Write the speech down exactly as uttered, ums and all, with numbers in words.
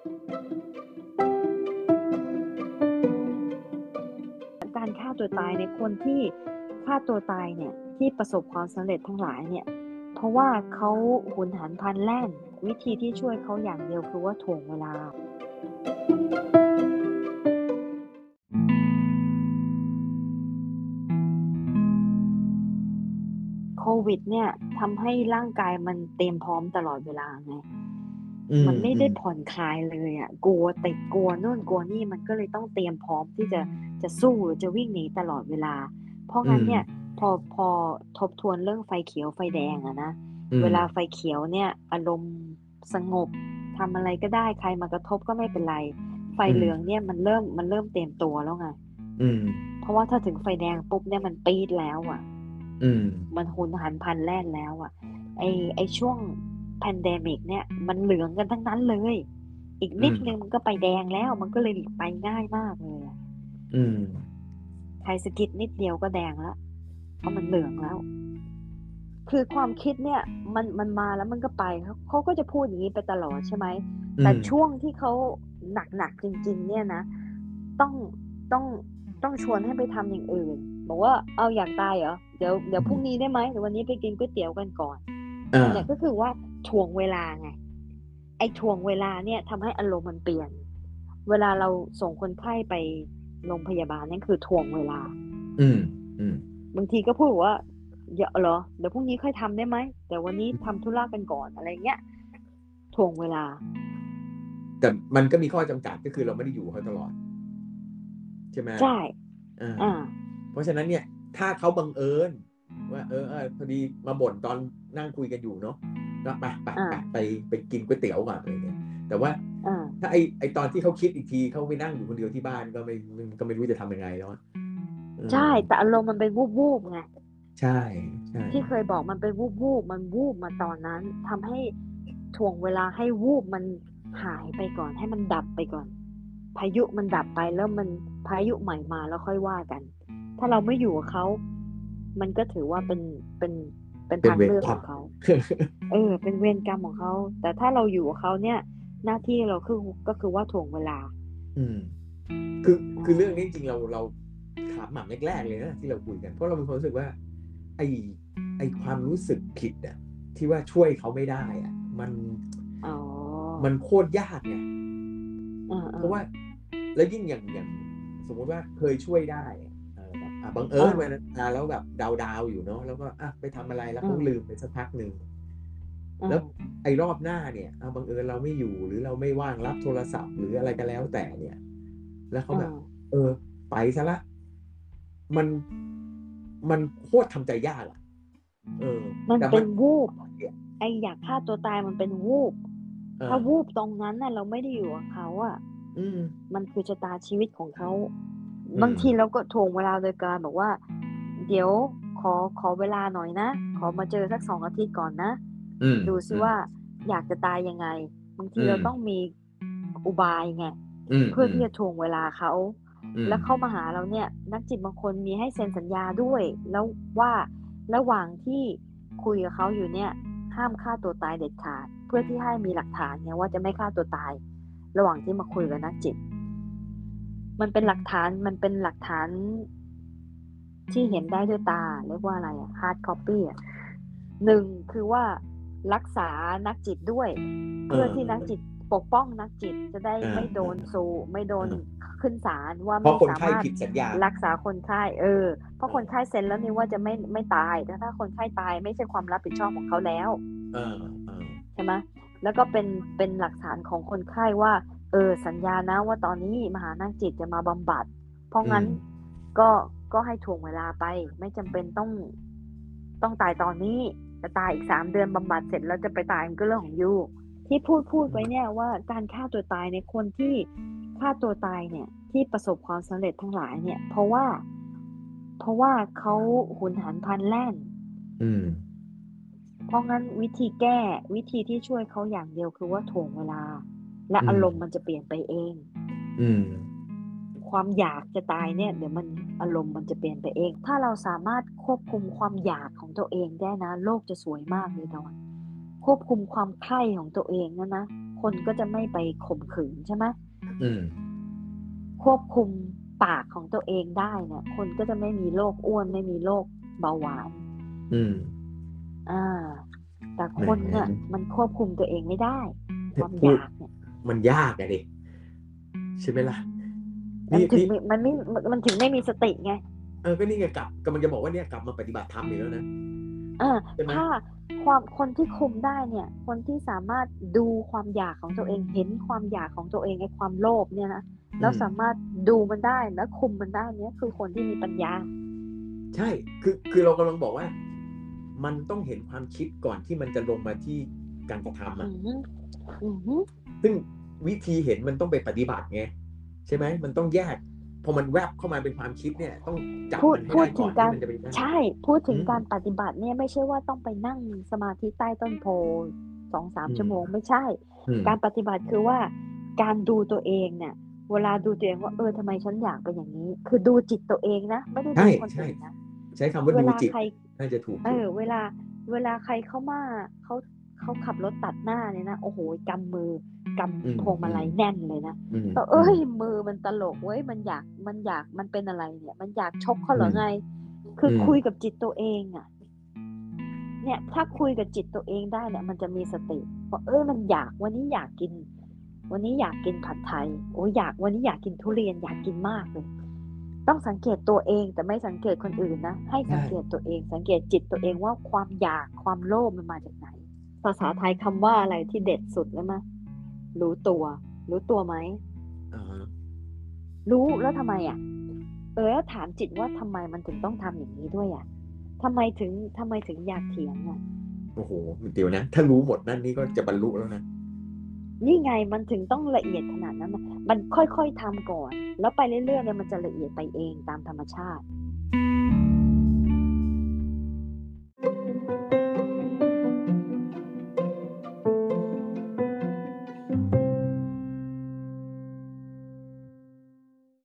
การฆ่าตัวตายในคนที่ฆ่าตัวตายเนี่ยที่ประสบความสำเร็จทั้งหลายเนี่ยเพราะว่าเขาหุนหันพลันแล่นวิธีที่ช่วยเขาอย่างเดียวคือว่าถ่วงเวลาโควิดเนี่ยทำให้ร่างกายมันเตรียมพร้อมตลอดเวลาไงมันไม่ได้ผ่อนคลายเลยอ่ะกลัวติดกลัวโน่นกลัวนี่มันก็เลยต้องเตรียมพร้อมที่จะจะสู้หรือจะวิ่งหนีตลอดเวลาเพราะงั้นเนี่ยพอพอทบทวนเรื่องไฟเขียวไฟแดงอะนะเวลาไฟเขียวเนี่ยอารมณ์สงบทำอะไรก็ได้ใครมากระทบก็ไม่เป็นไรไฟเหลืองเนี่ยมันเริ่มมันเริ่มเตรียมตัวแล้วไงเพราะว่าถ้าถึงไฟแดงปุ๊บเนี่ยมันปี๊ดแล้วอ่ะมันหุนหันพลันแล่นแล้วอ่ะไอไอช่วงแพนเดมิกเนี่ยมันเหลืองกันทั้งนั้นเลยอีกนิดนึงมันก็ไปแดงแล้วมันก็เลยไปง่ายมากเลยอ่ะใครสะกิดนิดเดียวก็แดงแล้วเพราะมันเหลืองแล้วคือความคิดเนี่ยมันมันมาแล้วมันก็ไปเขาเขาก็จะพูดอย่างนี้ไปตลอดใช่ไหมแต่ช่วงที่เขาหนักๆจริงๆเนี่ยนะต้องต้องต้องชวนให้ไปทำอย่างอื่นบอกว่าเอาอยากตายเหรอเดี๋ยวเดี๋ยวพรุ่งนี้ได้ไหมเดี๋ยววันนี้ไปกินก๋วยเตี๋ยวกันก่อนอันนี้ก็คือว่าถ่วงเวลาไงไอ้ถ่วงเวลาเนี่ยทำให้อารมณ์มันเปลี่ยนเวลาเราส่งคนไข้ไปโรงพยาบาลนั่นคือถ่วงเวลาอืมอืมบางทีก็พูดว่าเดี๋ยวเหรอเดี๋ยวพรุ่งนี้ค่อยทำได้ไหมแต่วันนี้ทำธุระกันก่อนอะไรเงี้ยถ่วงเวลาแต่มันก็มีข้อจำกัดก็คือเราไม่ได้อยู่เขาตลอดใช่ไหมใช่อ่าเพราะฉะนั้นเนี่ยถ้าเขาบังเอิญว่าเออเออพอดีมาบ่นตอนนั่งคุยกันอยู่เนาะก็ไปไปไปไปกินก๋วยเตี๋ยวก่อนอะไรเงี้ยแต่ว่าถ้าไอไอตอนที่เขาคิดอีกทีเขาไปนั่งอยู่คนเดียวที่บ้านก็ไม่ก็ไม่รู้จะทำยังไงแล้วใช่แต่อารมณ์มันเป็นวูบวูบไงใช่ใช่ที่เคยบอกมันเป็นวูบวูบมันวูบมาตอนนั้นทำให้ถ่วงเวลาให้วูบมันหายไปก่อนให้มันดับไปก่อนพายุมันดับไปแล้วมันพายุใหม่มาแล้วค่อยว่ากันถ้าเราไม่อยู่กับเขามันก็ถือว่าเป็นเป็นเป็นทางเลือกของเขาเออเป็นเวรกรรมของเขาแต่ถ้าเราอยู่กับเขาเนี่ยหน้าที่เราคือก็คือว่าถ่วงเวลาอืมคือคือเรื่องนี้จริงๆเราเราถามหม่ำแรกๆเลยนะที่เราคุยกันเพราะเรามีความรู้สึกว่าไอไอความรู้สึกผิดอ่ะที่ว่าช่วยเขาไม่ได้อ่ะมันมันโคตรยากไงเพราะว่าแล้วยิ่งอย่างอย่างสมมติว่าเคยช่วยได้แบบบังเอิญวันนั้นแล้วแบบดาวๆอยู่เนาะแล้วก็อ่ะไปทำอะไรแล้วเขาลืมไปสักพักหนึ่งแล้วไอ้รอบหน้าเนี่ยเอาบังเอิญเราไม่อยู่หรือเราไม่ว่างรับโทรศัพท์หรืออะไรก็แล้วแต่เนี่ยแล้วเขาแบบเออไปซะละมันมันโคตรทำใจยากอ่ะเออมันเป็นวูบไออยากฆ่าตัวตายมันเป็นวูบถ้าวูบตรงนั้นน่ะเราไม่ได้อยู่กับเขาอ่ะมันคือชะตาชีวิตของเขาบางทีเราก็ถ่วงเวลาโดยการบอกว่าเดี๋ยวขอขอเวลาหน่อยนะขอมาเจอสักสองอาทิตย์ก่อนนะดูซิว่าอยากจะตายยังไงบางทีเราต้องมีอุบายไงเพื่อที่จะถ่วงเวลาเขาแล้วเข้ามาหาเราเนี่ยนักจิตบางคนมีให้เซ็นสัญญาด้วยแล้วว่าระหว่างที่คุยกับเขาอยู่เนี่ยห้ามฆ่าตัวตายเด็ดขาดเพื่อที่ให้มีหลักฐานเนี่ยว่าจะไม่ฆ่าตัวตายระหว่างที่มาคุยกับนักจิตมันเป็นหลักฐานมันเป็นหลักฐานที่เห็นได้ด้วยตาเรียกว่าอะไรอะ hard copy อะหนึ่งคือว่ารักษานักจิตด้วยเพื่อที่นักจิตปกป้องนักจิตจะได้ไม่โดนสูไม่โดนขึ้นศาลว่าไม่สามารถรักษาคนไข้เออเพราะคนไข้เซ็นแล้วนี่ว่าจะไม่ไม่ตายแต่ถ้าคนไข้ตายไม่ใช่ความรับผิดชอบของเขาแล้วใช่ไหมแล้วก็เป็นเป็นหลักฐานของคนไข้ว่าเออสัญญานะว่าตอนนี้มหานักจิตจะมาบำบัดเพราะงั้นก็ก็ให้ถ่วงเวลาไปไม่จำเป็นต้องต้องตายตอนนี้จะตายอีกสามเดือนบำบัดเสร็จแล้วจะไปตายมันก็เรื่องของยูที่พูดพูดไว้เนี่ยว่าการฆ่าตัวตายในคนที่ฆ่าตัวตายเนี่ยที่ประสบความสำเร็จทั้งหลายเนี่ยเพราะว่าเพราะว่าเขาหุนหันพลันแล่นเพราะงั้นวิธีแก้วิธีที่ช่วยเขาอย่างเดียวคือว่าถ่วงเวลาและอารมณ์มันจะเปลี่ยนไปเองความอยากจะตายเนี่ยเดี๋ยวมันอารมณ์มันจะเปลี่ยนไปเองถ้าเราสามารถควบคุมความอยากของตัวเองได้นะโลกจะสวยมากเลยตอนควบคุมความใคร่ของตัวเองนะนะคคนก็จะไม่ไปข่มขืนใช่ไหมอืมควบคุมปากของตัวเองได้เนี่ย คนก็จะไม่มีโรคอ้วนไม่มีโรคเบาหวานอืมอ่า แต่แหมคนเนี่ยมันควบคุมตัวเองไม่ได้ ความพูอดยากเนี่ยมันยากอะดิใช่ไหมล่ะมันนี่ถึงนี่ไม่ มันไม่ มันถึงไม่มีสติไงเออ ก็นี่ไงกลับ กำลังจะบอกว่าเนี่ยกลับมาปฏิบัติธรรมอีกแล้วนะอาใช่ไหม? ถ้าความ คนที่คุมได้เนี่ย คนที่สามารถดูความอยากของตัวเอง เห็นความอยากของตัวเอง ไอ้ความโลภเนี่ยนะอืแล้วมสามารถดูมันได้ และคุมมันได้เนี่ย คือคนที่มีปัญญาใช่ คือ คือเรากำลังบอกว่า มันต้องเห็นความคิดก่อนที่มันจะลงมาที่การกระทำอือะอฮึ อือฮึซึ่งวิธีเห็นมันต้องไปปฏิบัติไง ใช่ไหม มันต้องแยก พอมันแวบเข้ามาเป็นความคิดเนี่ย ต้องจับพูดมันให้พูไดด้ถก่ึอนงกที่ารมันจะไปได้ใช่ พูดถึงอืมการปฏิบัติเนี่ย ไม่ใช่ว่าต้องไปนั่งสมาธิใต้ต้นโพ สองสามอืชั่วโมง ไม่ใช่อืมการปฏิบัติคือว่า การดูตัวเองเนี่ย เวลาดูตัวเองว่า เออ ทำไมฉันอยากเป็นอย่างนี้ คือดูจิตตัวเองนะ ไม่ได้ใชดูคนใช่อื่นนะใช้คำว่าเวดูลาจิตใครน่าจะถูกเอสุดอ เวลา เวลาใครเข้ามา เขา เขาขับรถตัดหน้าเนี่ยนะ โอ้โฮ กำมือ กอืมำพวงมาลัยแน่นเลยนะอืมก็อืเอ๊ยมมือมันตลกเว้ย มันอยาก มันอยาก มันเป็นอะไรเนี่ย มันอยากชกเขาอืเหรอมไง คืออืมคุยกับจิตตัวเองอะ เนี่ย ถ้าคุยกับจิตตัวเองได้เนี่ย มันจะมีสติว่า เออ มันอยาก วันนี้อยากกิน วันนี้อยากกินผัดไทย โอ้โฮ อยาก วันนี้อยากกินทุเรียน อยากกินมากเลย ต้องสังเกตตัวเอง แต่ไม่สังเกตคนอื่นนะ ให้ใชสังเกตตัวเอง สังเกตจิตตัวเองว่า ความอยาก ความโลภมันมาจากไหน ภาษาไทยคำว่าอะไรที่เด็ดสุดรู้ไหม? รู้ตัว รู้ตัวไหม? อะฮะรู้ แล้วทำไมอะ? เออ แล้วถามจิตว่า ทำไมมันถึงต้องทำอย่างนี้ด้วยอะ? ทำไมถึง ทำไมถึงอยากเถียงอะ? โอ้โฮ เดี๋ยวนะ ถ้ารู้หมดนั่นนี่ก็จะบรรลุแล้วนะนี่ไง มันถึงต้องละเอียดขนาดนั้นน่ะ มันค่อย ๆ ทำก่อน แล้วไปเรื่อย ๆ เนี่ย มันจะละเอียดไปเองตามธรรมชาติ